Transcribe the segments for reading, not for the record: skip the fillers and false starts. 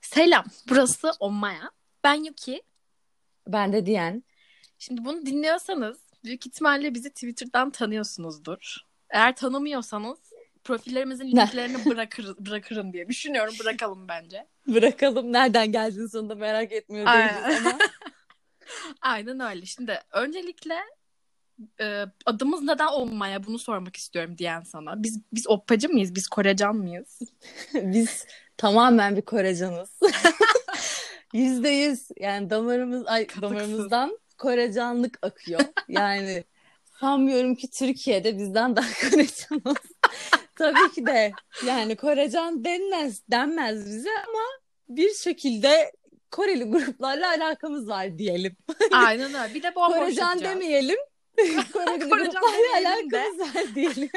Selam, burası Ommaya. Ben Yuki. Ben de diyen. Şimdi bunu dinliyorsanız büyük ihtimalle bizi Twitter'dan tanıyorsunuzdur. Eğer tanımıyorsanız profillerimizin Ne? linklerini bırakırım diye düşünüyorum. Bırakalım bence. Bırakalım. Nereden geldin sonunda merak etmiyor değiliz Aynen. ama. Aynen öyle. Şimdi öncelikle adımız neden Ommaya bunu sormak istiyorum diyen sana. Biz Oppacı mıyız? Biz Korecan mıyız? Biz tamamen bir Korecanız. %100 yani Katıksız. damarımızdan Korecanlık akıyor. Yani sanmıyorum ki Türkiye'de bizden daha Korecanız. Tabii ki de yani Korecan denmez bize ama bir şekilde Koreli gruplarla alakamız var diyelim. Aynen öyle. Bir de bomboş Korecan yapacağız. demeyelim. Koreli Korecan gruplarla demeyelim de. alakamız var diyelim.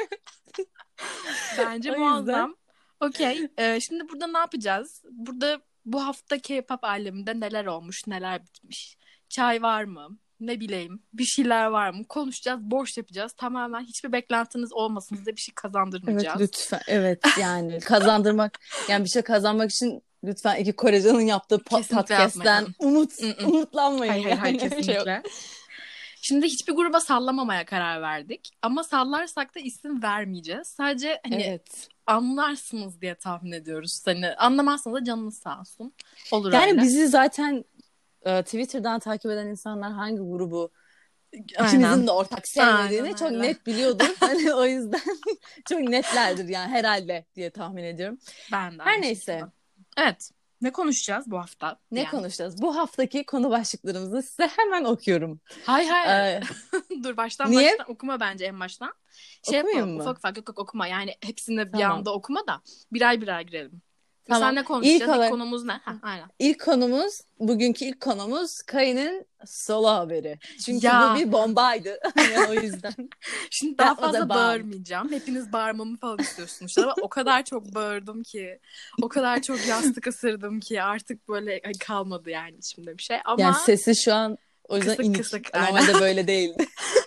Bence O yüzden muazzam. Okey. Şimdi burada ne yapacağız? Burada bu hafta K-pop aleminde neler olmuş, neler bitmiş? Çay var mı? Ne bileyim. Bir şeyler var mı? Konuşacağız, boş yapacağız. Tamamen hiçbir beklentiniz olmasın. Size bir şey evet kazandırmayacağız. lütfen yani kazandırmak yani bir şey kazanmak için lütfen iki Korecanın yaptığı Kesinlikle podcast'ten yapmayın. umutlanmayın Hayır, yani. kesinlikle. Şimdi hiçbir gruba sallamamaya karar verdik. Ama sallarsak da isim vermeyeceğiz. Sadece hani Evet. anlarsınız diye tahmin ediyoruz. Hani anlamazsanız da canınız sağ olsun. Olur Yani öyle. bizi zaten Twitter'dan takip eden insanlar hangi grubu Aynen. ikimizin de ortak sevmediğini Aynen çok öyle. net biliyordur. Hani o yüzden çok netlerdir yani herhalde diye tahmin ediyorum. Ben de Her aynı neyse. şekilde. Evet. Ne konuşacağız bu hafta? Ne Yani. konuşacağız? Bu haftaki konu başlıklarımızı size hemen okuyorum. Hayır. Ee, Dur baştan Niye? okuma bence en baştan. Okumayayım Yapalım mı? ufak ufak yok okuma. Yani hepsini bir Tamam. anda okuma da birer birer girelim. Mesela Tamam. ne İlk konuşacağız? İlk olarak konumuz ne? Aynen. bugünkü ilk konumuz Kay'ın solo haberi. Çünkü bu Ya bir bombaydı. Yani o yüzden. şimdi daha That was a fazla bomb. bağırmayacağım. Hepiniz bağırmamı falan istiyorsunuz. Ama o kadar çok bağırdım ki. O kadar çok yastık ısırdım ki artık böyle kalmadı yani içimde bir şey. Ama Yani sesi şu an o yüzden kısık inik. kısık. Normalde böyle değildi.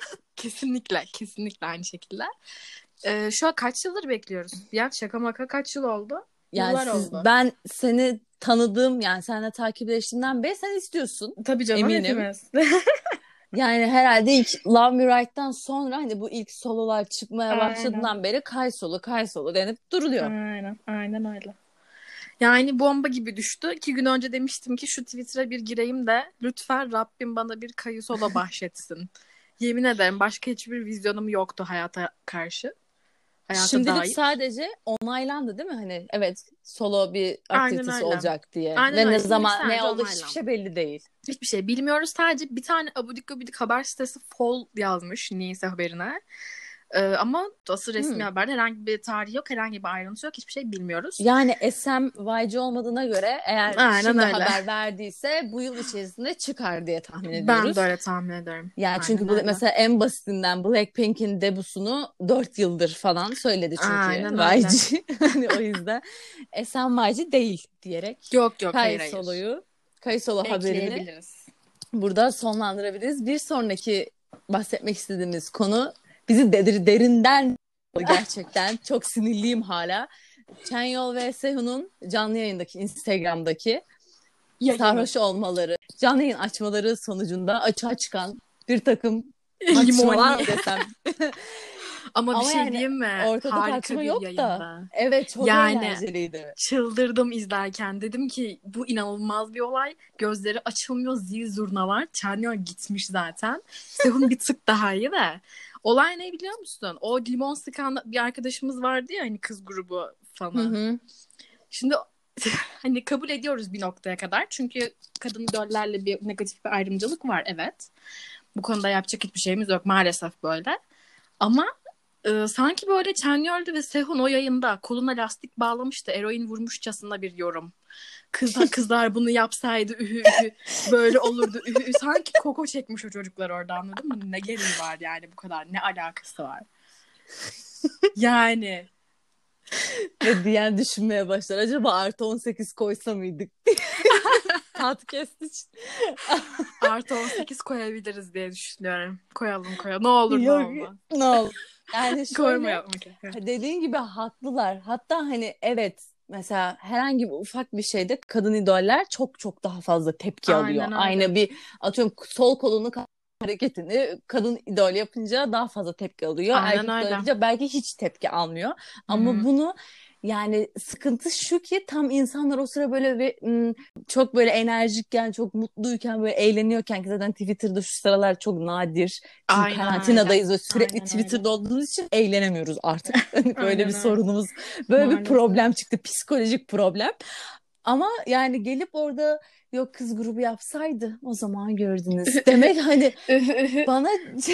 Kesinlikle aynı şekilde. Şu an kaç yıldır bekliyoruz? Ya şaka maka kaç yıl oldu? Yani Yıllar oldu. ben seni tanıdığım yani seninle takipleştiğimden beri sen istiyorsun. Tabii canım Eminim. hepimiz. Yani herhalde ilk Love Me Right'tan sonra hani bu ilk sololar çıkmaya Aynen. başladığından beri Kay solo denip duruluyor. Aynen öyle. Yani bomba gibi düştü. 2 gün önce demiştim ki şu Twitter'a bir gireyim de lütfen Rabbim bana bir Kayı solo bahşetsin. Yemin ederim başka hiçbir vizyonum yoktu hayata karşı. Hayata Şimdilik dair. sadece onaylandı değil mi? Hani evet solo bir Aynen aktivitesi öyle. olacak diye. Aynen Ve öyle. ne Şimdilik zaman ne sadece oldu hiçbir onaylandı. şey belli değil. Hiçbir şey bilmiyoruz. Sadece bir tane abidik gubidik haber sitesi Fol yazmış niyeyse haberine. Ama asıl resmi haberde herhangi bir tarih yok, herhangi bir ayrıntı yok. Hiçbir şey bilmiyoruz. Yani SMYC olmadığına göre eğer Aynen şimdi öyle. haber verdiyse bu yıl içerisinde çıkar diye tahmin ediyoruz. Ben de öyle tahmin ederim. Yani Aynen çünkü bu öyle. mesela en basitinden Blackpink'in debutunu 4 yıldır falan söyledi çünkü Aynen öyle. YG. Hani o yüzden SMYC değil diyerek Yok Kay hayır. Solo haberini Ekleyebiliriz. burada sonlandırabiliriz. Bir sonraki bahsetmek istediğimiz konu bizi derinden gerçekten çok sinirliyim hala. Chanyeol ve Sehun'un canlı yayındaki Instagram'daki sarhoş olmaları, canlı yayın açmaları sonucunda açığa çıkan bir takım tartışmalar mı desem. Ama bir şey yani diyeyim mi? ortada Harika tartışma bir yok yayında. da. Evet çok eğlenceliydi. Çıldırdım izlerken. Dedim ki bu inanılmaz bir olay. Gözleri açılmıyor, zil zurna var. Chanyeol gitmiş zaten. Sehun bir tık daha iyi de. Olay ne biliyor musun? O limon sıkan bir arkadaşımız vardı ya hani kız grubu fanı. Şimdi hani kabul ediyoruz bir noktaya kadar. Çünkü kadın idollerle bir negatif bir ayrımcılık var evet. Bu konuda yapacak hiçbir şeyimiz yok maalesef böyle. Ama sanki böyle Chanyeol ve Sehun o yayında koluna lastik bağlamıştı. Eroin vurmuşçasına bir yorum. Kızlar bunu yapsaydı böyle olurdu Sanki koko çekmiş o çocuklar orada anladın mı? Ne gereği var yani bu kadar? Ne alakası var? Yani. Ve diyen düşünmeye başlar. Acaba artı 18 koysa mıydık? Podcast için. Artı 18 koyabiliriz diye düşünüyorum. Koyalım. Ne olur Yok, ne olmaz. ne olur. Yani şöyle Koymayalım. dediğin gibi haklılar. Hatta hani evet mesela herhangi bir ufak bir şeyde kadın idoller çok çok daha fazla tepki alıyor. Aynen öyle. Aynı bir atıyorum sol kolunu hareketini kadın idol yapınca daha fazla tepki alıyor. Aynen Erkek idol öyle. yapınca belki hiç tepki almıyor. Ama Hı-hı. bunu yani sıkıntı şu ki tam insanlar o sıra böyle çok böyle enerjikken, çok mutluyken, böyle eğleniyorken ki zaten Twitter'da şu sıralar çok nadir. Çünkü Aynen öyle. karantinadayız ve sürekli Aynen Twitter'da öyle. olduğumuz için eğlenemiyoruz artık. Hani böyle bir Aynen öyle. sorunumuz, böyle bir Maalesef. problem çıktı, psikolojik problem. Ama yani gelip orada yok kız grubu yapsaydı o zaman gördünüz demek hani bana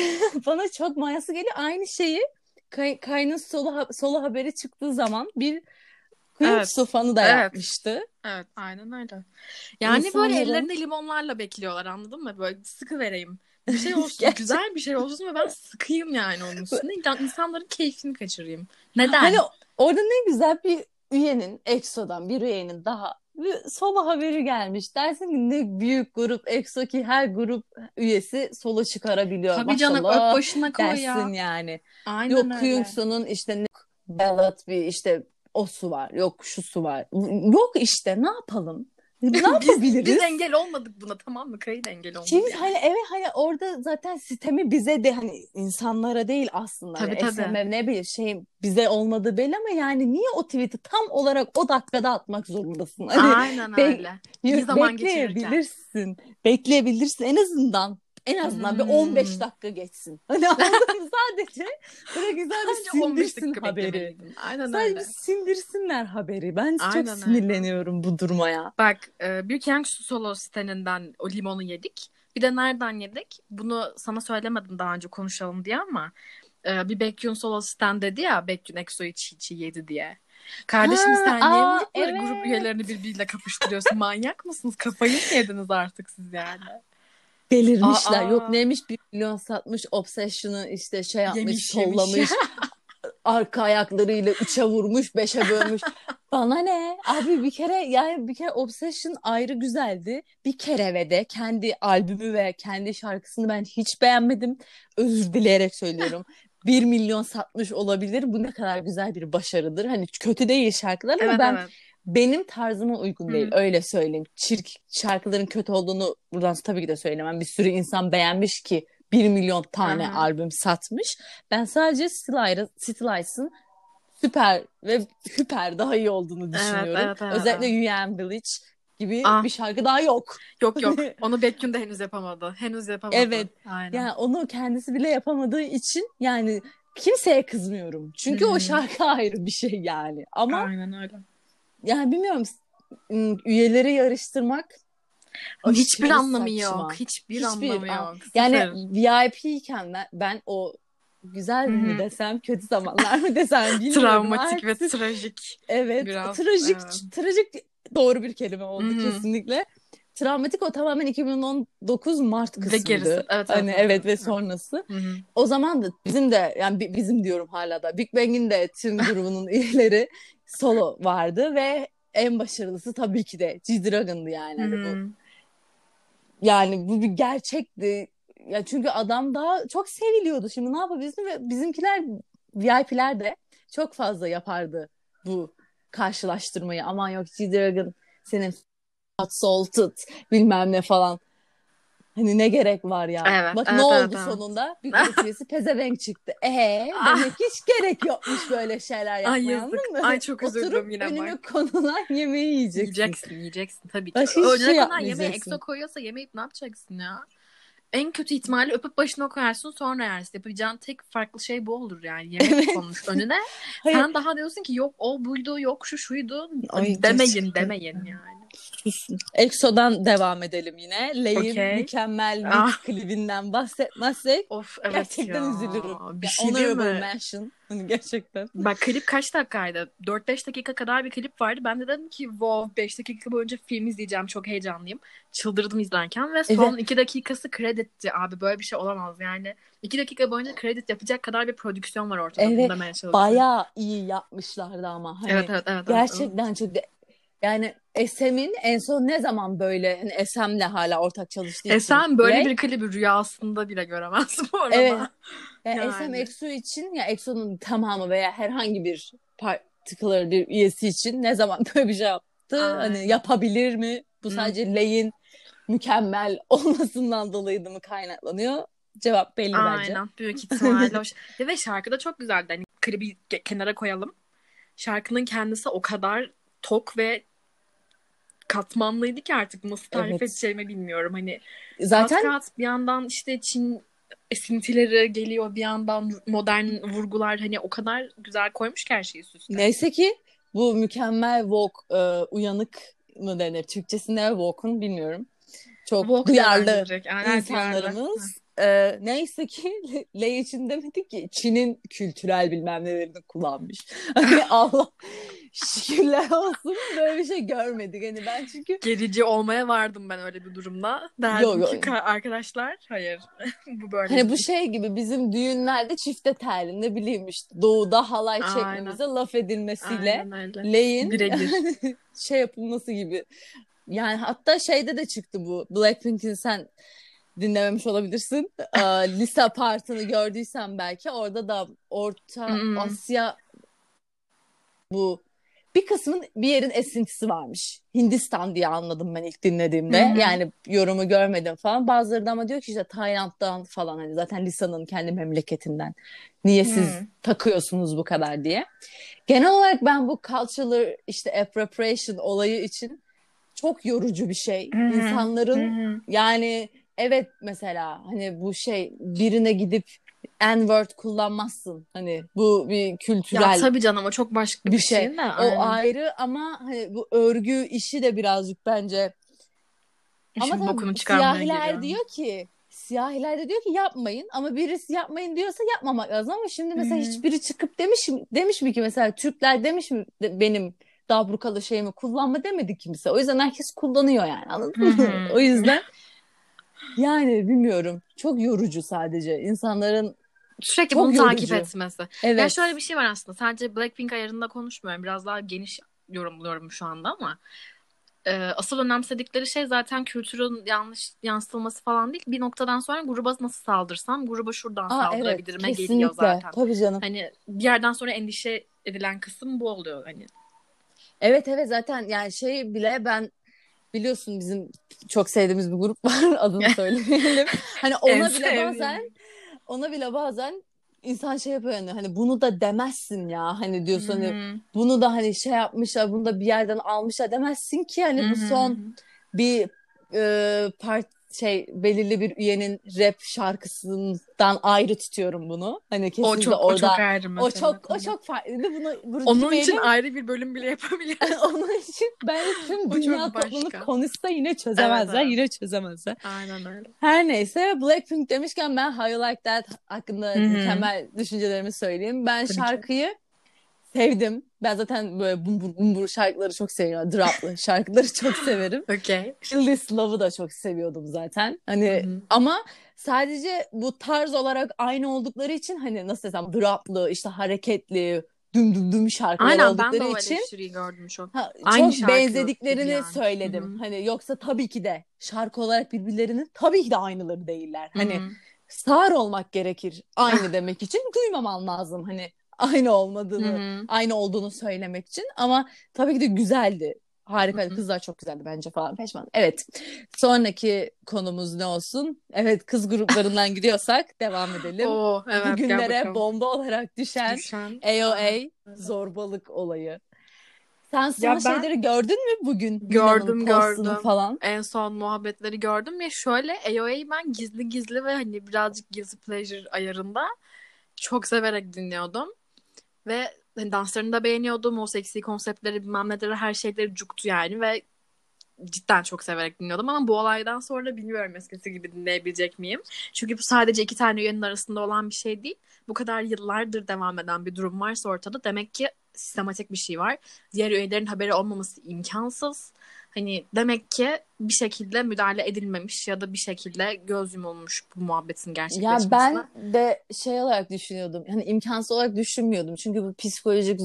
bana çok mayası geliyor. Aynı şeyi Kay'ın solo haberi çıktığı zaman bir Evet. Queen fanı da Evet. yapmıştı. Evet, aynen öyle. Yani böyle İnsanların ellerinde limonlarla bekliyorlar, anladın mı? Böyle sıkı vereyim. Bir şey olsun, gerçek güzel bir şey olsun ve ben sıkayım yani onun üstüne. İnsanların keyfini kaçırayım. hani Neden? orada ne güzel bir üyenin EXO'dan bir üyenin daha bir solo haberi gelmiş. Dersin ki ne büyük grup EXO ki her grup üyesi solo çıkarabiliyor. Tabii canım, öp Maşallah başına koy dersin ya. yani. Aynen Yok öyle. Kyungso'nun işte ballad bir işte o su var. Yok şu su var. Yok işte ne yapalım? Ne Biz yapabiliriz? engel olmadık buna, tamam mı? Kayıt engel olmadı Kim yani. hani evet hani orada zaten sistemi bize de hani insanlara değil aslında Tabii hani tabii. SMR ne bileyim şey bize olmadığı belli ama yani niye o tweet'i tam olarak o dakikada atmak zorundasın? Hani Aynen be- öyle. İyi zaman geçirirken. bekleyebilirsin en azından bir 15 Hmm. dakika geçsin. Hani anladın mı? Sadece böyle güzel bir Sadece 15 sindirsin dakika haberi. beklemeliydin. Aynen Sadece bir öyle. sindirsinler haberi. Ben çok Aynen öyle. sinirleniyorum bu durmaya. Bak, bir Yang Solo siteninden o limonu yedik. Bir de nereden yedik? Bunu sana söylemedim daha önce konuşalım diye ama bir Baekhyun Solo siten dedi ya, Baekhyun EXO'yu çiğ çiğ yedi diye. Kardeşim, sen niye grup Evet. üyelerini birbiriyle kapıştırıyorsun? Manyak mısınız? Kafayı mı yediniz artık siz yani? Delirmişler. Yok Aa, neymiş 1 milyon satmış Obsession'ı işte şey yapmış yemiş. sollamış. Arka ayaklarıyla 3'e vurmuş 5'e bölmüş. Bana ne? Abi bir kere Obsession ayrı güzeldi. Bir kere ve de kendi albümü ve kendi şarkısını ben hiç beğenmedim. Özür dileyerek söylüyorum. 1 milyon satmış olabilir. Bu ne kadar güzel bir başarıdır. Hani kötü değil şarkılar ama Evet evet. benim tarzıma uygun değil. Hı. Öyle söyleyeyim. Şarkıların kötü olduğunu buradan tabii ki de söylemem. Bir sürü insan beğenmiş ki 1 milyon tane Aha. albüm satmış. Ben sadece Still süper ve hyper daha iyi olduğunu Evet düşünüyorum. evet evet Özellikle evet. You and Village gibi Ah, bir şarkı daha yok. yok yok. Onu Baekhyun de henüz yapamadı. Henüz yapamadı. Evet. Aynen. Yani onu kendisi bile yapamadığı için yani kimseye kızmıyorum. Hı Çünkü o hı. şarkı ayrı bir şey yani. Ama Aynen öyle. yani bilmiyorum üyeleri yarıştırmak Hiçbir aşırı anlamı yok. saçma. Hiçbir anlamı yok. Yani Sıfır. VIP iken ben o güzel Hı mi hı. desem kötü zamanlar mı desem bilmiyorum Travmatik ve artık. trajik Evet, biraz. trajik Evet. trajik doğru bir kelime Hı oldu hı. kesinlikle. Travmatik o tamamen 2019 Mart Ve gerisi. kısmıydı. Evet evet Hani evet evet evet. ve Evet. sonrası. Hı hı. O zaman da bizim de yani bizim diyorum hala da Big Bang'in de tüm grubunun üyeleri solo vardı ve en başarılısı tabii ki de G-Dragon'dı yani. Hı Hani bu hı. yani bu bir gerçekti. Ya çünkü adam daha çok seviliyordu. Şimdi ne yapabilirsin ve bizimkiler VIP'ler de çok fazla yapardı bu karşılaştırmayı. Aman yok G-Dragon senin hot salted bilmem ne falan. Hani ne gerek var ya? Evet Bak ne evet evet oldu evet. sonunda? Bir grup üyesi pezevenk çıktı. Demek Ah, hiç gerek yokmuş böyle şeyler ay yapmaya yazık. anladın mı? Ay çok üzüldüm Oturup yine önüne bak. konulan yemeği yiyeceksin. Yiyeceksin tabii ki. Başka hiçbir Önüne şey konan yemeğe EXO yapmayacaksın. koyuyorsa yemeyip ne yapacaksın ya? En kötü ihtimalle öpüp başına koyarsın, sonra yersin. Yapacağın tek farklı şey bu olur yani. Yemek konmuş Evet. önüne. Hayır. Sen daha diyorsun ki yok o buydu, yok şu şuydu. Ay Demeyin gerçekten. demeyin yani. Susun. EXO'dan devam edelim yine. Lay'in Okey. mükemmel mix Ah, klibinden bahsetmezsek of evet gerçekten ya. üzülürüm. Bir Ya, şey değil honorable mi? mention. Hani gerçekten. Bak, klip kaç dakikaydı? 4-5 dakika kadar bir klip vardı. Ben de dedim ki wow, 5 dakika boyunca film izleyeceğim. Çok heyecanlıyım. Çıldırdım izlerken ve Evet. son 2 dakikası kreditti. Abi böyle bir şey olamaz yani. 2 dakika boyunca kredi yapacak kadar bir prodüksiyon var ortada. Bunu Evet. demeye çalışıyorum. Bayağı iyi yapmışlardı ama. Evet Hani evet evet evet. Evet. gerçekten çok yani SM'in en son ne zaman böyle hani SM'le hala ortak çalıştığı için Sen böyle Lay bir klibi rüyasında bile göremezsin bu evet arada. yani SM Yani. EXO için ya EXO'nun tamamı veya herhangi bir particular bir üyesi için ne zaman böyle bir şey yaptı? Aynen. Hani yapabilir mi? Bu sadece Lay'in mükemmel olmasından dolayı da mı kaynaklanıyor? Cevap belli bence. Aynen. Büyük ihtimalle. Ve şarkı da çok güzeldi. Hani klibi kenara koyalım. Şarkının kendisi o kadar tok ve katmanlıydı ki artık nasıl tarif Evet. edeceğimi bilmiyorum. Hani Zaten kat bir yandan işte Çin esintileri geliyor, bir yandan modern vurgular, hani o kadar güzel koymuş ki her şeyi üst üste. neyse ki bu mükemmel woke, uyanık mı denir? Türkçesinde woke'un bilmiyorum. Çok Woke duyarlı bence direkt. Aynen, insanlarımız. Neyse ki Lay için demedik ki Çin'in kültürel bilmem nelerini kullanmış. Hani Allah şükürler olsun böyle bir şey görmedik. Hani ben çünkü gerici olmaya vardım ben öyle bir durumda. Yo, Derdim ki arkadaşlar hayır bu böyle hani bu değil. şey gibi bizim düğünlerde çifte terli ne bileyim işte doğuda halay Aynen. çekmemize laf edilmesiyle Aynen öyle. Lay'in Birebir. şey yapılması gibi. Yani hatta şeyde de çıktı bu. Blackpink'in sen dinlememiş olabilirsin. Lisa Part'ını gördüysen belki orada da Orta Asya bu bir kısmın bir yerin esintisi varmış. Hindistan diye anladım ben ilk dinlediğimde. Yani yorumu görmedim falan. Bazıları da ama diyor ki işte Tayland'dan falan hani zaten Lisa'nın kendi memleketinden. Niye siz takıyorsunuz bu kadar diye. Genel olarak ben bu cultural işte appropriation olayı için çok yorucu bir şey. İnsanların yani evet mesela hani bu şey birine gidip N-word kullanmazsın. Hani bu bir Ya kültürel tabii canım, o çok başka bir bir şey. şey de. O Aynen. ayrı ama hani bu örgü işi de birazcık bence. Ama Şimdi tabii bokunu çıkarmaya siyahiler geliyor. siyahiler de diyor ki yapmayın ama birisi yapmayın diyorsa yapmamak lazım ama şimdi mesela hiçbiri çıkıp demiş mi ki mesela Türkler demiş mi benim dabrukalı şeyimi kullanma demedi kimse. O yüzden herkes kullanıyor yani anladın mı? O yüzden yani bilmiyorum. Çok yorucu sadece. İnsanların Sürekli çok bunu takip yorucu. etmesi. Ya Evet. şöyle bir şey var aslında. Sadece Blackpink ayarında konuşmuyorum. Biraz daha geniş yorumluyorum şu anda ama asıl önemsedikleri şey zaten kültürün yanlış yansıtılması falan değil. Bir noktadan sonra gruba nasıl saldırsam gruba şuradan Evet, saldırabilirime geliyor kesinlikle. zaten. Tabii canım. Hani bir yerden sonra endişe edilen kısım bu oluyor hani. Evet evet zaten yani şey bile ben biliyorsun bizim çok sevdiğimiz bir grup var adını söylemeyelim. Hani En ona sevdiğim. bile bazen insan şey yapıyor yani hani bunu da demezsin ya hani diyorsun hani Hı-hı. bunu da hani şey yapmışlar bunu da bir yerden almışlar demezsin ki hani bu Hı-hı. son bir şey belirli bir üyenin rap şarkısından ayrı tutuyorum bunu. Hani kesinlikle O çok orada ayrı mesela o tabii. çok farklı. Bunu Onun için girmeyelim. ayrı bir bölüm bile yapabiliriz. Onun için bence tüm O dünya çok toplumu başka. konuşsa yine Evet, çözemezler, evet. yine çözemezler. Aynen öyle. Her neyse Blackpink demişken ben How You Like That hakkında Hı-hı. mükemmel düşüncelerimi söyleyeyim. Ben Tabii ki. şarkıyı sevdim. Ben zaten böyle bumbur bumbur şarkıları çok seviyorum. Drop'lı şarkıları çok severim. Okay. Kill This Love'ı da çok seviyordum zaten. Hani Hı-hı. ama sadece bu tarz olarak aynı oldukları için hani nasıl desem drop'lı işte hareketli düm düm düm şarkılar Aynen, ben de oldukları o için eleştiriyi gördüm çok. Aynı çok şarkı gibi benzediklerini yani. söyledim. Hı-hı. Hani yoksa tabii ki de şarkı olarak birbirlerinin tabii ki de aynıları değiller. Hani Hı-hı. sağır olmak gerekir aynı demek için duymaman lazım hani aynı olmadığını, Hı-hı. aynı olduğunu söylemek için ama tabii ki de güzeldi. Harikaydı. Hı-hı. Kızlar çok güzeldi bence falan. Peşman. Evet. Sonraki konumuz ne olsun? Evet, kız gruplarından gidiyorsak devam edelim. Oo, evet, gel Bugünlere bakalım. bomba olarak düşen Düşen. AOA Aynen öyle. zorbalık olayı. Sen son Ya ben şeyleri gördün mü bugün? Lina'nın postunu gördüm. falan. En son muhabbetleri gördüm ya, şöyle AOA'yı ben gizli gizli ve hani birazcık guilty pleasure ayarında çok severek dinliyordum. Ve hani danslarını da beğeniyordum. O seksi konseptleri bilmem neleri, her şeyleri cuktu yani ve cidden çok severek dinliyordum ama bu olaydan sonra bilmiyorum eskisi gibi dinleyebilecek miyim? Çünkü bu sadece iki tane üyenin arasında olan bir şey değil. Bu kadar yıllardır devam eden bir durum varsa ortada, demek ki sistematik bir şey var. Diğer üyelerin haberi olmaması imkansız. Hani demek ki bir şekilde müdahale edilmemiş ya da bir şekilde göz yumulmuş bu muhabbetin Ya gerçekleşmesine. ben de şey olarak düşünüyordum. Hani imkansız olarak düşünmüyordum. Çünkü bu psikolojik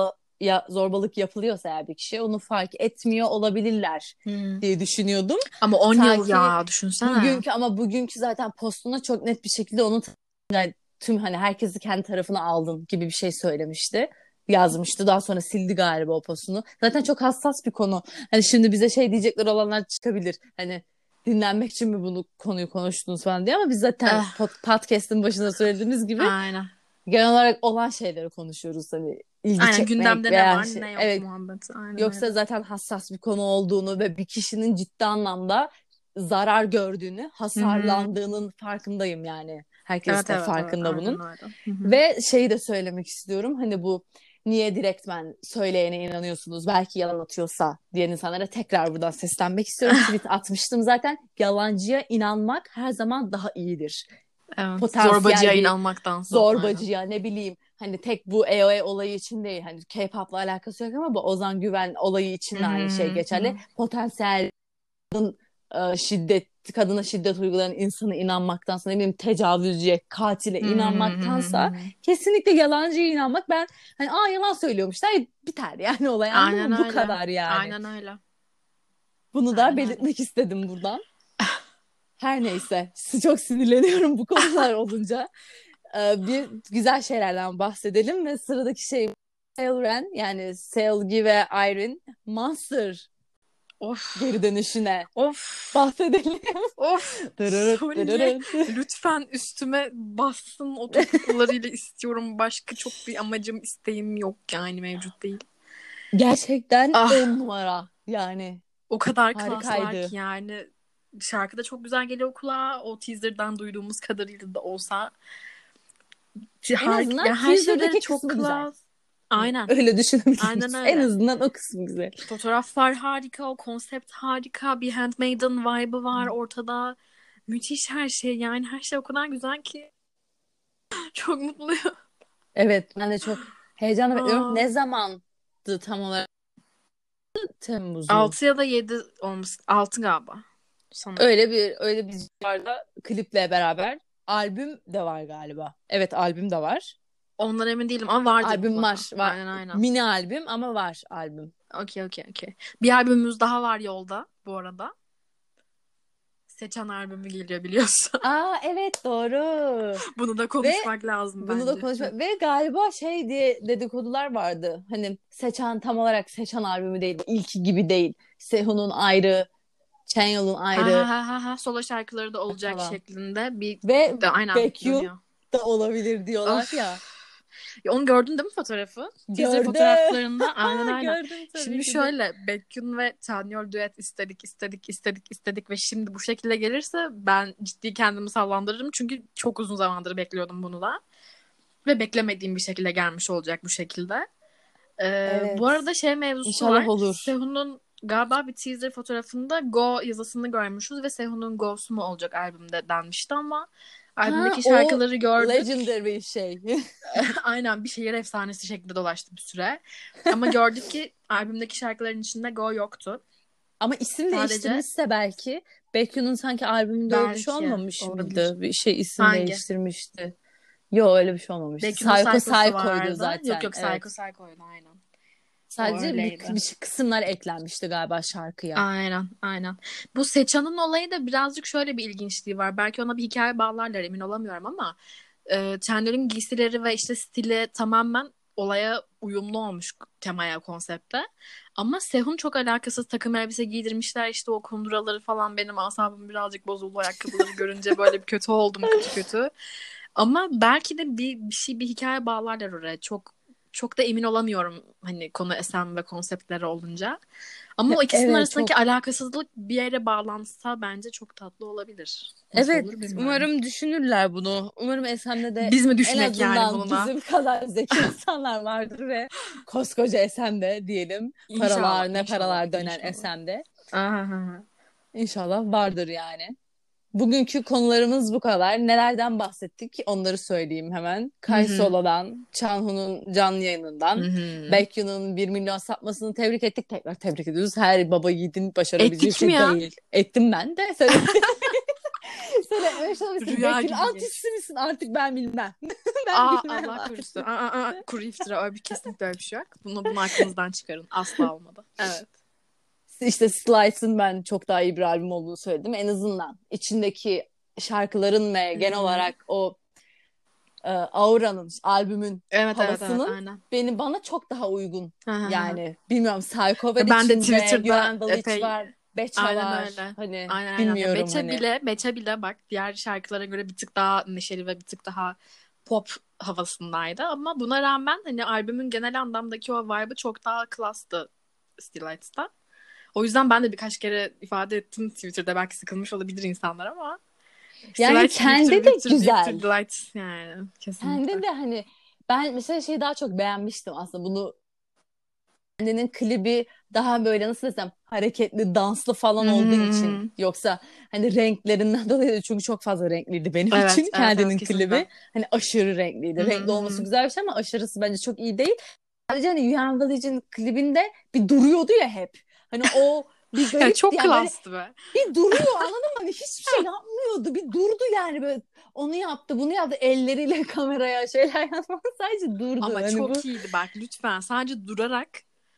zorbalık yapılıyorsa eğer bir kişiye onu fark etmiyor olabilirler Hmm. diye düşünüyordum. Ama 10 Ta yıl ki ya, düşünsene. bugünkü zaten postuna çok net bir şekilde yani tüm hani herkesi kendi tarafına aldın gibi bir şey söylemişti. yazmıştı. Daha sonra sildi galiba o postunu. Zaten çok hassas bir konu. Hani şimdi bize şey diyecekler olanlar çıkabilir. Hani dinlenmek için mi bunu konuyu konuştunuz falan diye, ama biz zaten Eh, podcast'ın başında söylediğimiz gibi aynen. genel olarak olan şeyleri konuşuyoruz. Hani ilgi Aynen, çekmek gündemde ne veya var şey. ne yok Evet. muhabbeti. Aynen Yoksa öyle. zaten hassas bir konu olduğunu ve bir kişinin ciddi anlamda zarar gördüğünü, Hı hı. hasarlandığının farkındayım yani. Herkes Evet, de evet, evet, farkında bunun. aynen öyle. Hı hı. Ve şeyi de söylemek istiyorum. Hani bu niye direktmen söyleyene inanıyorsunuz? Belki yalan atıyorsa diyen insanlara tekrar buradan seslenmek istiyorum. Tweet atmıştım zaten. Yalancıya inanmak her zaman daha iyidir. Evet. Zorbacıya Potansiyel bir inanmaktansa. Aynen. zorbacıya, ne bileyim, hani tek bu AOA olayı için değil, hani K-pop'la alakası yok, ama bu Ozan Güven olayı için Hı de aynı şey hı. geçerli. Hı. Potansiyel şiddet, kadına şiddet uygulayan insana inanmaktansa, ne bileyim tecavüzcüye, katile Hı hı. inanmaktansa Hı. kesinlikle yalancıya inanmak, ben hani yalan söylüyormuşlar biter yani olay, anladın Aynen mı? Bu öyle. kadar yani. Aynen öyle. Bunu da Aynen öyle. belirtmek istedim buradan. Her neyse, çok sinirleniyorum bu konular olunca. Bir güzel şeylerden bahsedelim ve sıradaki şey Sailren, yani Seulgi ve Irene Monster Of. geri dönüşüne Of. bahsedelim. Of. Dırırıt Soniye dırırıt. lütfen üstüme bassın o topuklularıyla istiyorum. Başka çok bir amacım, isteğim yok yani, mevcut değil. Gerçekten Ah, 10 numara yani, o kadar klaslar harikaydı. ki yani, şarkı da çok güzel geliyor kulağa. O teaser'dan duyduğumuz kadarıyla da olsa En azından ya her şeyleri teaser'daki çok kısmı güzel. klas. Aynen. Öyle Aynen düşünebiliriz. En öyle. azından o kısmı güzel. Fotoğraflar harika, o konsept harika, bir Handmaiden vibe'ı var ortada. Müthiş her şey yani, her şey o kadar güzel ki çok mutluyum. Evet, ben de çok heyecanla bekliyorum. Aa, Ne zamandı tam olarak? Temmuz mu? 6 ya da 7 olmuş. 6 galiba sanırım. Öyle bir civarda, kliple beraber. Albüm de var galiba. Evet, albüm de var. Ondan emin değilim ama vardır Albüm mutlaka. var. Aynen, aynen. Mini albüm ama var albüm. Okey, okey, okey. Bir albümümüz daha var yolda bu arada. Seçen albümü geliyor biliyorsun. Evet, doğru. Bunu da Ve konuşmak lazım bunu da bence. konuşmak ve galiba şey diye dedikodular vardı. Hani Seçen tam olarak Seçen albümü değil, ilki gibi değil. Sehun'un ayrı, Chanyeol'un Ha ha ayrı ha ha ha, solo şarkıları da olacak falan. şeklinde bir Ve de aynen Baekhyun dönüyor. da olabilir diyorlar Of. ya. Ya onu gördün değil mi fotoğrafı? Teaser Gördüm. fotoğraflarında aynen, aynen. Gördüm tabii Şimdi ki de. şöyle, Baekhyun ve Chanyeol düet istedik istedik istedik istedik ve şimdi bu şekilde gelirse ben ciddi kendimi sallandırırım. Çünkü çok uzun zamandır bekliyordum bunu da. Ve beklemediğim bir şekilde gelmiş olacak bu şekilde. Bu Evet. arada şey mevzusu İnşallah var. olur. Sehun'un galiba bir teaser fotoğrafında Go yazısını görmüşüz ve Sehun'un Go'su mu olacak albümde denmişti ama Ha, albümdeki o şarkıları gördük. legendary şey. Aynen, bir şehir efsanesi şeklinde dolaştı bir süre. Ama gördük ki albümdeki şarkıların içinde Go yoktu. Ama isim Sadece değiştirmişse belki. Baekhyun'un sanki albümünde öyle bir şey belki olmamış olabilir. mıydı? Bir şey isim Hangi? değiştirmişti. Yok, öyle bir şey olmamıştı. Baekhyun'un Psycho Psycho'su Psycho'ydu vardı. Yok, zaten. yok, Psycho Evet. Psycho'ydu aynen. O Sadece öyleydi. bir kısımlar eklenmişti galiba şarkıya. Aynen, aynen. Bu Sechan'ın olayı da birazcık şöyle bir ilginçliği var. Belki ona bir hikaye bağlarlar, emin olamıyorum ama Chandler'ın giysileri ve işte stili tamamen olaya uyumlu olmuş, temaya, konsepte. Ama Sehun çok alakasız takım elbise giydirmişler, işte o kunduraları falan, benim asabım birazcık bozuldu ayakkabıları görünce, böyle bir kötü oldum, kötü kötü. Ama belki de bir hikaye bağlarlar oraya. Çok da emin olamıyorum hani, konu SM ve konseptleri olunca. Ama o ikisinin Evet, arasındaki çok. alakasızlık bir yere bağlansa bence çok tatlı olabilir. Nasıl Evet, olur bilmiyorum. umarım düşünürler bunu. Umarım SM'de de Biz mi en düşünek yani azından bunu da? bizim kadar zeki insanlar vardır ve koskoca SM'de diyelim, İnşallah, paralar ne inşallah, paralar dönen inşallah. SM'de. Aha. İnşallah vardır yani. Bugünkü konularımız bu kadar. Nelerden bahsettik? Onları söyleyeyim hemen. Hı hı. Kaysola'dan, Chanhu'nun canlı Hı yayınından, hı. Baekhyun'un 1 milyon satmasını tebrik ettik. Tekrar tebrik ediyoruz. Her baba yiğidin başarabileceği bir Ettik mi şey ya? değil. Ettim ben de. Sen, sen etmemiş olabilirsin. Rüya Baekhyun gibi geçti. antisti misin? Artık ben bilmem. Ben Aa, bilmem Allah korusun. artık. Kuru iftira. Öyle bir, kesinlikle öyle bir şey yok. Bunu aklınızdan çıkarın. Asla olmadı. Evet. İşte Slice'ın ben çok daha iyi bir albüm olduğunu söyledim. En azından içindeki şarkıların ve Hı genel hı. olarak o Aura'nın albümün Evet havasının aynen. bana çok daha uygun. Hı. Yani bilmiyorum, Psychover Ben de içinde, Twitter'da Yuan Valic epey var, Beça aynen var. öyle. Hani Aynen. Ya bilmiyorum hani. Beçe bile bak diğer şarkılara göre bir tık daha neşeli ve bir tık daha pop havasındaydı. Ama buna rağmen hani albümün genel anlamdaki o vibe'ı çok daha klastı Still Lights'ta. O yüzden ben de birkaç kere ifade ettim Twitter'da. Belki sıkılmış olabilir insanlar ama Still Yani Lights kendi de deyip güzel. Delight yani kesinlikle. Kendi de hani ben mesela şeyi daha çok beğenmiştim aslında, bunu kendinin klibi daha böyle nasıl desem hareketli, danslı falan olduğu için, Hmm. yoksa hani renklerinden dolayı da, çünkü çok fazla renkliydi benim için Evet kendinin klibi. kesinlikle. Hani aşırı renkliydi. Renkli olması güzel bir şey ama aşırısı bence çok iyi değil. Sadece hani Yuhan Valic'in klibinde bir duruyordu ya hep. Hani o bir Yani garipti çok yani, böyle klastı be. bir duruyor, anladın mı? Hani hiçbir şey yapmıyordu. Bir durdu yani, böyle onu yaptı, bunu yaptı, elleriyle kameraya şeyler yapmadı. Sadece durdu. Ama Hani bu çok iyiydi bak lütfen. Sadece durarak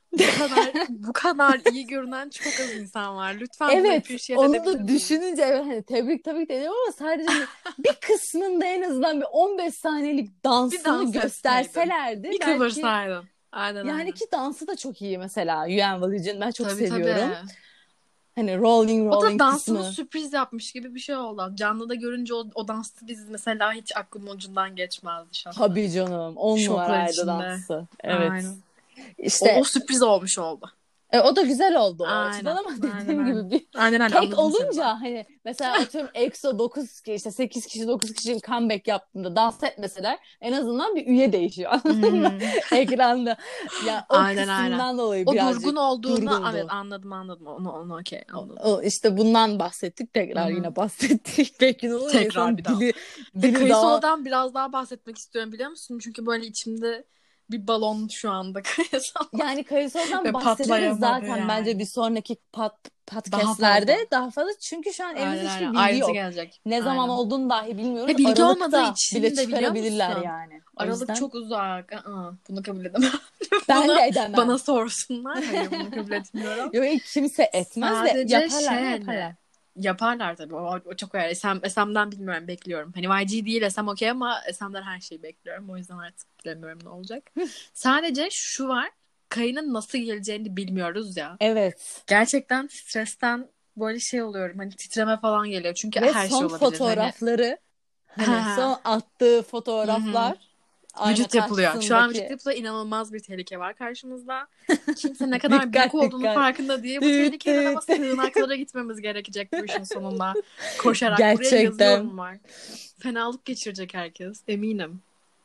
bu kadar iyi görünen çok az insan var. Lütfen bunu evet, appreciate onu edebilir da miyiz? düşününce evet, hani tebrik tabii ki de ediyorum ama sadece hani bir kısmında en azından bir 15 saniyelik Bir dansını dans etseydin. gösterselerdi Bir belki. kıvırsaydın. Aynen Yani aynen. ki dansı da çok iyi mesela, Yuan Valic'in, ben çok Tabii seviyorum. tabii. Hani rolling O da rolling dansını kısmı. sürpriz yapmış gibi bir şey oldu. Canlıda görünce o dansı biz mesela hiç aklımın ucundan geçmezdi şahsen. Tabii canım, 10 Şoklar numaraydı içinde. dansı. Evet. Aynen. O İşte sürpriz olmuş oldu. o da güzel oldu o açıdan Aynen. ama Aynen dediğim aynen. gibi bir Aynen aynen tek anladım seni olunca, ben. hani mesela atıyorum EXO 9 kişi, işte 8 kişi 9 kişinin comeback yaptığında dans etmeseler en azından bir üye değişiyor, anladın mı? Hmm. Ekranda. Ya o Aynen aynen. kısımdan dolayı O durgun birazcık olduğunu evet durgundu. anladım. Onu okey anladım. O işte bundan bahsettik, Hı tekrar hı. yine bahsettik. Belki ne olur Tekrar bir insan daha. dili daha, Kayısolu'dan biraz daha bahsetmek istiyorum biliyor musun? Çünkü böyle içimde bir balon şu anda Kayısolu. yani Kayısolu'dan Ve bahsederiz patlayamadı zaten bence yani. bir sonraki Daha podcastlerde fazla. daha fazla, çünkü şu an elimizde Aynen. hiçbir bilgi Ayrıntı yok. gelecek. Ne zaman Aynen. olduğunu dahi bilmiyoruz. Ve bilgi olmadığı Aralıkta bile için de biliyor çıkarabilirler musun? yani. O Aralık yüzden çok uzak. Bunu kabul edemem. ben de Bunu bana edemem. sorsunlar. Hayır bunu kabul etmiyorum. Yok, kimse etmez de Sadece yaparlar şey mı, hani yaparlar. yaparlar tabii. O çok öyle. SM'den bilmiyorum bekliyorum. Hani YG değil SM okey ama SM'den her şeyi bekliyorum. O yüzden artık bilemiyorum ne olacak. Sadece şu var. Kayının nasıl geleceğini bilmiyoruz ya. Evet. Gerçekten stresten böyle şey oluyorum. Hani titreme falan geliyor. Çünkü Ve her şey son olabilir. Hani fotoğrafları, hani son attığı Hı hı. fotoğraflar, ayna Vücut yapılıyor. Şu an vücut karşısındaki yapısında inanılmaz bir tehlike var karşımızda. Kimse ne kadar büyük dikkat olduğunu dikkat. farkında değil bu Düt tehlikenin ama düt. sığınaklara gitmemiz gerekecek bu işin sonunda. Koşarak. Buraya Gerçekten. yazıyorum var. Fenalık geçirecek herkes. Eminim.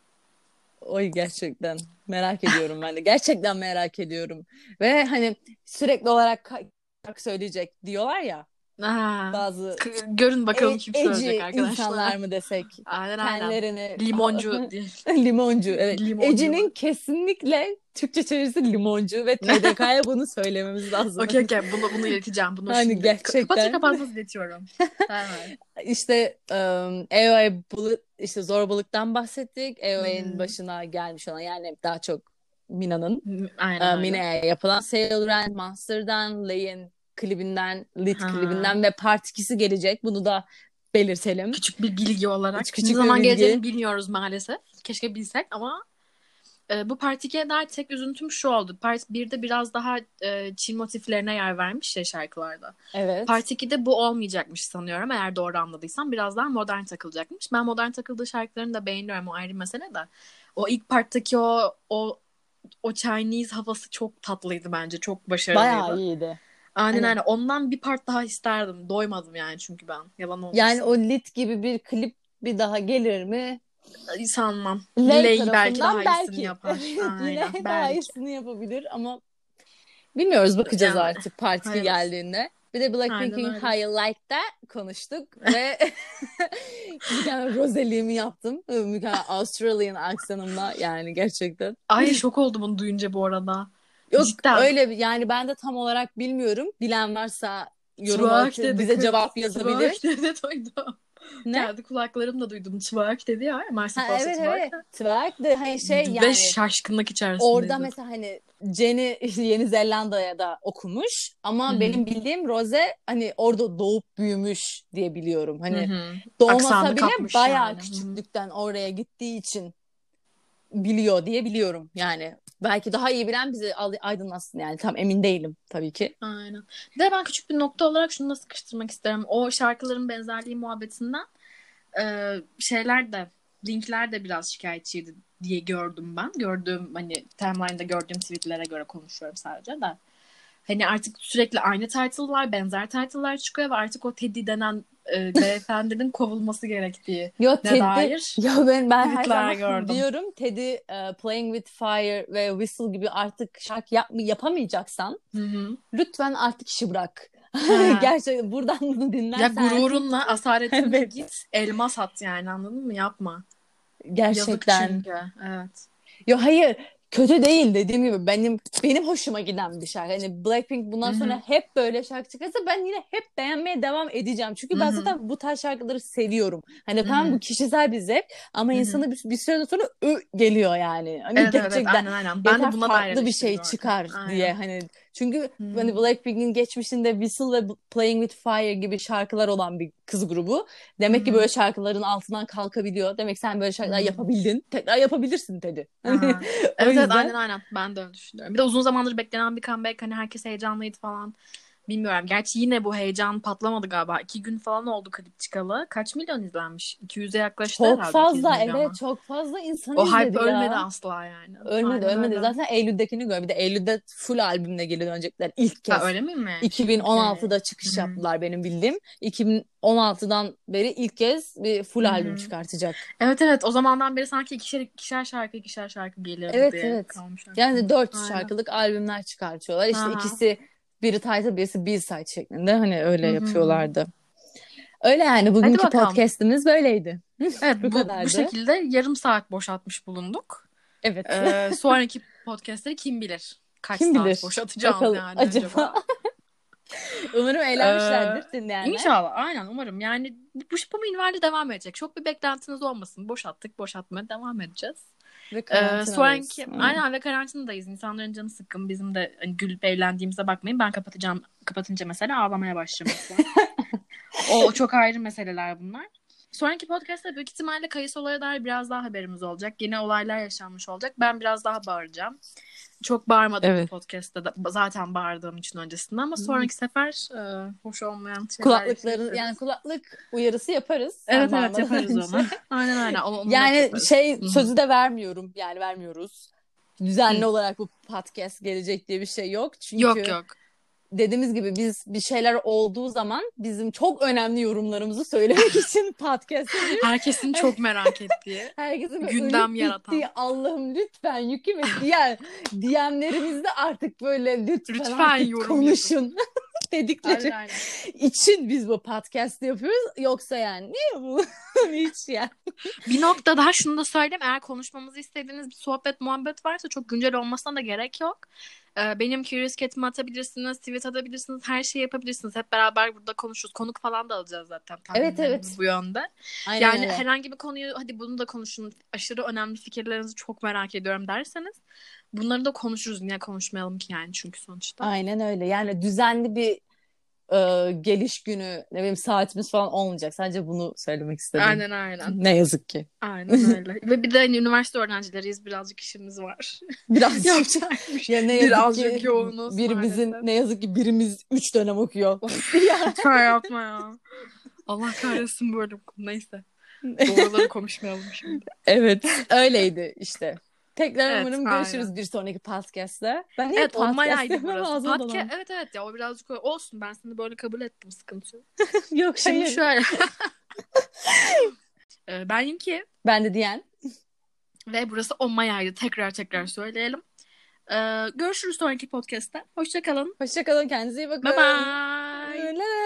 Oy, gerçekten merak ediyorum ben de. Gerçekten merak ediyorum. Ve hani sürekli olarak şarkı söyleyecek diyorlar ya, Ha. bazı Görün bakalım kim söyleyecek eci arkadaşlar. insanlar mı desek, Aynen. kendilerini Limoncu diye. limoncu, evet. Eci'nin Limoncular. kesinlikle Türkçe çevirisi limoncu ve TDK'ya bunu söylememiz lazım. Okey okey. Bunu ileteceğim. Bunu Hani şimdi kapatır gerçekten kapatmaz iletiyorum. Hemen. işte AOA işte zorbalıktan bahsettik. AOA'nın Hmm. başına gelmiş olan, yani daha çok Mina'nın, Aynen öyle. Mine'ye yapılan Sailor Monster'dan, Lay'in klibinden, lead Ha. klibinden ve Part 2'si gelecek. Bunu da belirtelim. Küçük bir bilgi olarak. Ne Küçük bir zaman geleceğini bilgi. bilmiyoruz maalesef. Keşke bilsek ama bu Part 2'ye dair tek üzüntüm şu oldu. Part 1'de biraz daha Çin motiflerine yer vermiş ya şarkılarda. Evet. Part 2'de bu olmayacakmış sanıyorum. Eğer doğru anladıysam biraz daha modern takılacakmış. Ben modern takıldığı şarkılarını da beğeniyorum. O ayrı mesele de. O ilk parttaki o Chinese havası çok tatlıydı bence. Çok Bayağı başarılıydı. iyiydi. Aynen Hani aynen. Ondan bir part daha isterdim. Doymadım yani çünkü ben. Yalan yani o olmasın. lead gibi bir klip bir daha gelir mi? Sanmam. Lay Lay belki tarafından daha iyisini belki. yapar. Yine Aynen. daha Belki. iyisini yapabilir ama bilmiyoruz, bakacağız Yani. artık Part 2 Hayırlısı. geldiğinde. Bir de Aynen Blackpink'in öyle. How You Like That konuştuk ve mükemmel Rosalie'mi yaptım. Mükemmel Australian aksanımla, yani gerçekten. Ay şok oldum bunu duyunca bu arada. Yok Cidden. öyle yani, ben de tam olarak bilmiyorum. Bilen varsa yorum Twerk dedi bize kız. cevap yazabilir. Twerk dedi duydum. Ne? Kendi kulaklarımla duydum. Twerk dedi ya. Mercy Ha, Fawcett evet twerk. evet. Twerk de hani şey Ve yani şaşkınlık içerisindeydi. orada mesela hani Jenny Yeni Zelanda'ya da okumuş ama Hı hı. benim bildiğim Rose hani orada doğup büyümüş diye biliyorum. Hı Hani hı. doğmasa Aksanı bile kapmış bayağı yani. Hı hı. küçüklükten oraya gittiği için biliyor diye biliyorum. Yani belki daha iyi bilen bizi aydınlatsın yani tam emin değilim tabii ki. Aynen. Bir de ben küçük bir nokta olarak şunu da sıkıştırmak isterim. O şarkıların benzerliği muhabbetinden şeyler de linkler de biraz şikayetçiydi diye gördüm ben. Gördüğüm hani timeline'da gördüğüm tweetlere göre konuşuyorum sadece de. Hani artık sürekli aynı title'lar, benzer title'lar çıkıyor ve artık o Teddy denen beyefendinin kovulması gerektiği Yo ne Teddy dair yo ben her tweetler zaman gördüm. diyorum Teddy Playing with Fire ve Whistle gibi artık şarkı yapamayacaksan Hı hı. lütfen artık işi bırak. Ha. Gerçekten buradan bunu Ya dinlersen gururunla, asaretinle evet git elma sat yani anladın mı? Yapma. Yazık gerçekten. çünkü. Evet. Yo hayır kötü değil dediğim gibi benim hoşuma giden bir şarkı. Hani Blackpink Hı bundan sonra hı. hep böyle şarkı çıkarsa ben yine hep beğenmeye devam edeceğim. Çünkü Hı ben hı. zaten bu tarz şarkıları seviyorum. Hani Hı tamam bu hı. kişisel bir zevk ama Hı hı. insanı bir süre sonra geliyor yani. Hani Evet evet evet gerçekten aynen. Ben yeter de buna dair farklı bir eleştiri şey gördüm. çıkar diye Aynen. hani çünkü Hı hani hı. Blackpink'in geçmişinde Whistle ve Playing with Fire gibi şarkılar olan bir kız grubu. Hı Demek ki hı. böyle şarkıların altından kalkabiliyor. Demek sen böyle Hı şarkılar hı. yapabildin. Tekrar yapabilirsin dedi. Hani Aha. o Evet evet aynen yüzden aynen. Ben de öyle düşünüyorum. Bir de uzun zamandır beklenen bir comeback. Hani herkes heyecanlıydı falan. Bilmiyorum. Gerçi yine bu heyecan patlamadı galiba. 2 gün falan oldu klip çıkalı. Kaç milyon izlenmiş? 200'e yaklaştı çok herhalde 200 fazla evet milyona. çok fazla insan O hype izledi ölmedi ya. asla yani. Ölmedi Aynen ölmedi. öyle. Zaten Eylül'dekini gör. Bir de Eylül'de full albümle geri dönecekler ilk Ha kez. öyle miymiş? Okey. 2016'da Hı çıkış hı. yaptılar benim bildiğim. 2016'dan beri ilk kez bir full Hı albüm hı. çıkartacak. Evet evet o zamandan beri sanki ikişer şarkı geliyordu Evet diye evet. kalmış Yani aklımda. 4 Aynen. şarkılık albümler çıkartıyorlar. İşte Aha. ikisi biri title birisi B-side şeklinde hani öyle Hı hı. yapıyorlardı. Öyle yani Hadi bugünkü bakalım. podcast'imiz böyleydi. Evet Bu bu kadardı. şekilde yarım saat boşaltmış bulunduk. Evet. Sonraki podcastleri kim bilir kaç Kim saat bilir? boşaltacağız Bakalım yani acaba. acaba. Umarım Ee, eğlenmişlerdir dinleyenler. inşallah aynen umarım yani bu minvalde devam edecek. Çok bir beklentiniz olmasın. Boşaltmaya devam edeceğiz. Ve karantinadayız. Sonraki aynen ve karantinadayız. İnsanların canı sıkkın. Bizim de hani gülüp eğlendiğimize bakmayın. Ben kapatınca mesela ağlamaya başlıyorum mesela. O çok ayrı meseleler bunlar. Sonraki podcast'ta büyük ihtimalle Kayısı olaya dair biraz daha haberimiz olacak. Yine olaylar yaşanmış olacak. Ben biraz daha bağıracağım. Çok bağırmadım bu Evet. podcast'ta da. Zaten bağırdığım için öncesinde ama sonraki sefer hoş olmayan şeyler Kulaklıkların yani yaşayabiliriz. kulaklık uyarısı yaparız sen Evet evet bağırmadan yaparız önce. onu. Aynen aynen onu not Yani yaparız. şey Hı-hı. sözü de vermiyorum. Yani vermiyoruz. Düzenli Hı. olarak bu podcast gelecek diye bir şey yok. Yok Çünkü yok. dediğimiz gibi biz bir şeyler olduğu zaman bizim çok önemli yorumlarımızı söylemek için podcast yapıyoruz. Herkesin çok merak ettiği, Herkesin böyle gündem ölüp bittiği yaratan. Allah'ım lütfen yükü ve diğer DM'lerimizde artık böyle lütfen Lütfen artık yorum yapın. konuşun Aynen dedikleri aynen. için biz bu podcast yapıyoruz. Yoksa yani niye bu? Hiç yani. Bir nokta daha şunu da söyleyeyim. Eğer konuşmamızı istediğiniz bir sohbet muhabbet varsa çok güncel olmasına da gerek yok. Benim Curious Cat'imi atabilirsiniz, tweet atabilirsiniz, her şeyi yapabilirsiniz. Hep beraber burada konuşuruz. Konuk falan da alacağız zaten Evet tahminlerimiz evet. bu yönde. Aynen Yani öyle. herhangi bir konuyu hadi bunu da konuşun. Aşırı önemli fikirlerinizi çok merak ediyorum derseniz bunları da konuşuruz. Niye konuşmayalım ki yani çünkü sonuçta. Aynen öyle. Yani düzenli bir geliş günü ne bileyim saatimiz falan olmayacak. Sadece bunu söylemek istedim. Aynen aynen. Ne yazık ki. Aynen öyle. Ve bir de hani üniversite öğrencileriyiz. Birazcık işimiz var. Birazcık Yapacakmış. ya ne yazık Birazcık ki yoğunuz birimizin maalesef. ne yazık ki birimiz 3 dönem okuyor. Of, Ya. lütfen yapma ya. Allah kahretsin böyle bir konu. Neyse. Doğruları konuşmayalım şimdi. Evet, öyleydi işte. Tekrar Evet, umarım görüşürüz aynen. bir sonraki podcast'ta. Ben niye Evet, o podcast mayaydı demem burası. ağzıma dolan. Evet evet ya o birazcık olsun. Ben seni böyle kabul ettim. Sıkıntı yok. Yok Şimdi hayır. şöyle. Ben Yinki Ben de diyen. ve burası o mayaydı. Tekrar söyleyelim. Görüşürüz sonraki podcast'ta. Hoşça kalın. Hoşça kalın kendinize iyi Bye bakın. bye.